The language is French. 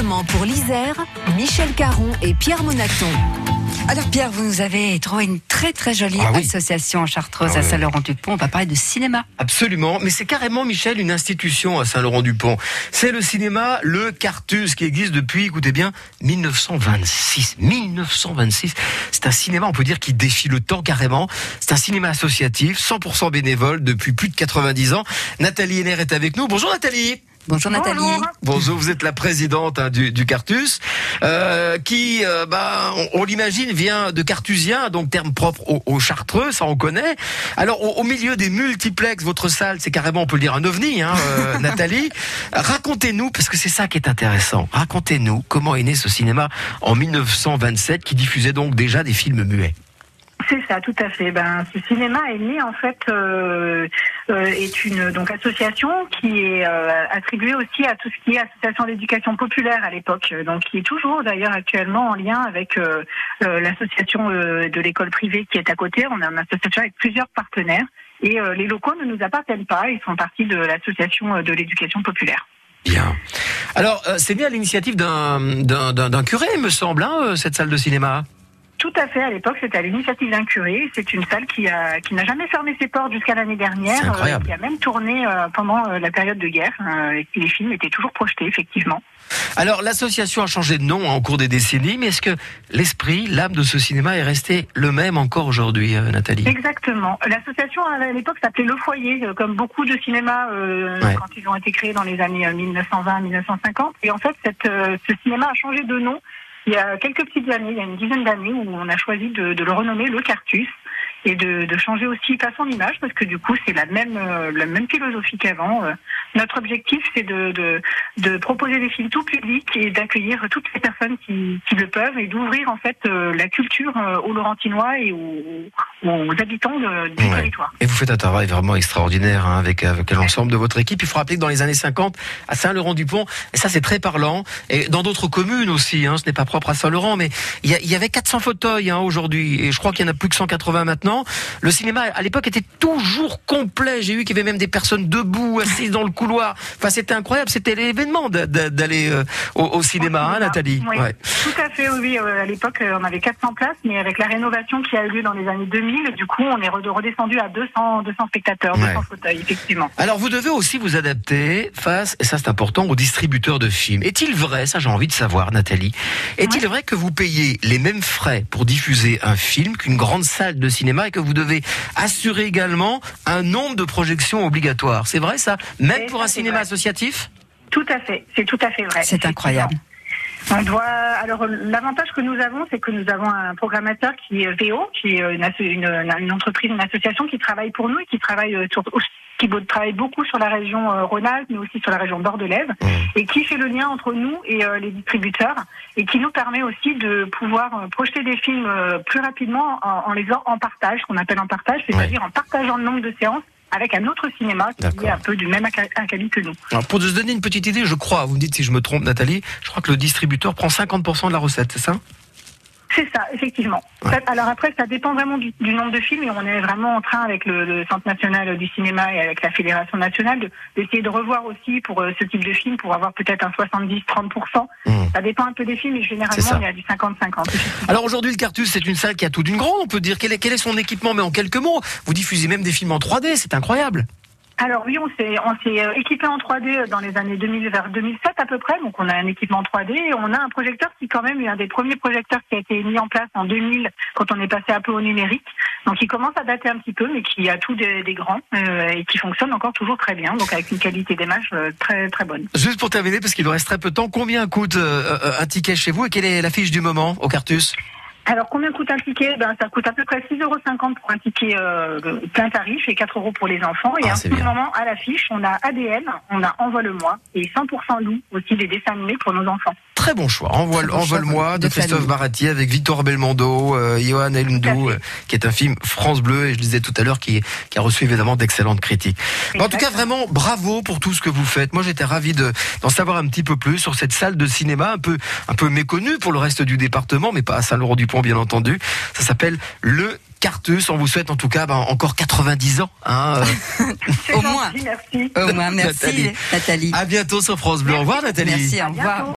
directement pour l'Isère, Michel Caron et Pierre Monaton. Alors Pierre, vous nous avez trouvé une très très jolie association en Chartreuse à Saint-Laurent-du-Pont. On va parler de cinéma. Absolument, mais c'est carrément, Michel, une institution à Saint-Laurent-du-Pont. C'est le cinéma Le Cartus qui existe depuis, écoutez bien, 1926. 1926, c'est un cinéma, on peut dire, qui défie le temps carrément. C'est un cinéma associatif, 100% bénévole depuis plus de 90 ans. Nathalie Henner est avec nous. Bonjour Nathalie. Bonjour Nathalie. Bonjour, vous êtes la présidente du Cartus, qui, on l'imagine, vient de cartusien, donc terme propre au Chartreux, ça on connaît. Alors, au milieu des multiplex, votre salle, c'est carrément, on peut le dire, un ovni, Nathalie. Racontez-nous, parce que c'est ça qui est intéressant, racontez-nous comment est né ce cinéma en 1927, qui diffusait donc déjà des films muets. C'est ça, tout à fait. Ce cinéma est né en fait est une association qui est attribuée aussi à tout ce qui est association d'éducation populaire à l'époque, donc qui est toujours d'ailleurs actuellement en lien avec l'association de l'école privée qui est à côté. On a une association avec plusieurs partenaires et les locaux ne nous appartiennent pas. Ils font partie de l'association de l'éducation populaire. Bien. Alors c'est né à l'initiative d'un curé, me semble, cette salle de cinéma. Tout à fait, à l'époque, c'était à l'initiative d'un curé. C'est une salle qui n'a jamais fermé ses portes jusqu'à l'année dernière, qui a même tourné pendant la période de guerre. Les films étaient toujours projetés, effectivement. Alors, l'association a changé de nom en cours des décennies, mais est-ce que l'esprit, l'âme de ce cinéma est resté le même encore aujourd'hui, Nathalie ? Exactement. L'association, à l'époque, s'appelait Le Foyer, comme beaucoup de cinémas quand ils ont été créés dans les années 1920-1950. Et en fait, ce cinéma a changé de nom il y a quelques petites années, il y a une dizaine d'années, où on a choisi de le renommer Le Cartus et de changer aussi pas son image, parce que du coup c'est la même philosophie qu'avant. Notre objectif, c'est de proposer des films tout public et d'accueillir toutes les personnes qui le peuvent et d'ouvrir en fait la culture aux Laurentinois et aux habitants du territoire. Et vous faites un travail vraiment extraordinaire avec l'ensemble de votre équipe. Il faut rappeler que dans les années 50, à Saint-Laurent-du-Pont, et ça c'est très parlant, et dans d'autres communes aussi, ce n'est pas propre à Saint-Laurent, mais il y avait 400 fauteuils aujourd'hui, et je crois qu'il y en a plus que 180 maintenant. Le cinéma à l'époque était toujours complet. J'ai vu qu'il y avait même des personnes debout, assises dans le couloir. Enfin, c'était incroyable. C'était l'événement d'aller au cinéma, Nathalie. Oui. Ouais. Tout à fait, oui. À l'époque, on avait 400 places, mais avec la rénovation qui a eu lieu dans les années 2000, du coup, on est redescendu à 200 spectateurs, 200 fauteuils, effectivement. Alors, vous devez aussi vous adapter face, et ça c'est important, aux distributeurs de films. Est-il vrai, ça j'ai envie de savoir, Nathalie, est-il vrai que vous payez les mêmes frais pour diffuser un film qu'une grande salle de cinéma et que vous devez assurer également un nombre de projections obligatoires? C'est vrai ça? Même pour un cinéma associatif? Tout à fait, c'est tout à fait vrai. C'est incroyable. Alors, l'avantage que nous avons, c'est que nous avons un programmateur qui est VO, qui est une entreprise, une association qui travaille pour nous et qui travaille beaucoup sur la région Rhône-Alpes, mais aussi sur la région bordelaise, et qui fait le lien entre nous et les distributeurs, et qui nous permet aussi de pouvoir projeter des films plus rapidement en les faisant en partage, qu'on appelle en partage, c'est-à-dire en partageant le nombre de séances avec un autre cinéma qui est un peu du même acabit que nous. Alors, pour se donner une petite idée, je crois, vous me dites si je me trompe, Nathalie, je crois que le distributeur prend 50% de la recette, c'est ça ? C'est ça, effectivement. Ouais. Alors après, ça dépend vraiment du nombre de films, et on est vraiment en train avec le Centre national du cinéma et avec la Fédération nationale d'essayer de revoir aussi pour ce type de film, pour avoir peut-être un 70-30%. Ça dépend un peu des films, mais généralement il y a du 50-50. Alors aujourd'hui, le Cartus, c'est une salle qui a tout d'une grande, on peut dire. Quel est son équipement, mais en quelques mots? Vous diffusez même des films en 3D, c'est incroyable. Alors oui, on s'est équipé en 3D dans les années 2000 vers 2007 à peu près, donc on a un équipement 3D et on a un projecteur qui quand même est un des premiers projecteurs qui a été mis en place en 2000 quand on est passé un peu au numérique, donc il commence à dater un petit peu mais qui a tout des grands et qui fonctionne encore toujours très bien, donc avec une qualité d'image très très bonne. Juste pour terminer, parce qu'il nous reste très peu de temps, combien coûte un ticket chez vous et quelle est l'affiche du moment au Cartus ? Alors, combien coûte un ticket ? Ça coûte à peu près 6,50 € pour un ticket plein tarif et 4 € pour les enfants. Et en ce moment, à l'affiche, on a ADN, on a Envole-moi et 100% loup, aussi des dessins animés pour nos enfants. Très bon choix. Envole-moi de Christophe Baratier avec Victor Belmondo, Johan Elundou, qui est un film France Bleu, et je le disais tout à l'heure, qui a reçu évidemment d'excellentes critiques. En tout cas, vraiment, bravo pour tout ce que vous faites. Moi, j'étais ravi d'en savoir un petit peu plus sur cette salle de cinéma, un peu méconnue pour le reste du département, mais pas à Saint-Laurent-du-Pont, bien entendu. Ça s'appelle Le Cartus. On vous souhaite en tout cas encore 90 ans. Au moins. Merci. Au moins, merci Nathalie. À bientôt sur France Bleu. Au revoir Nathalie. Merci, au revoir.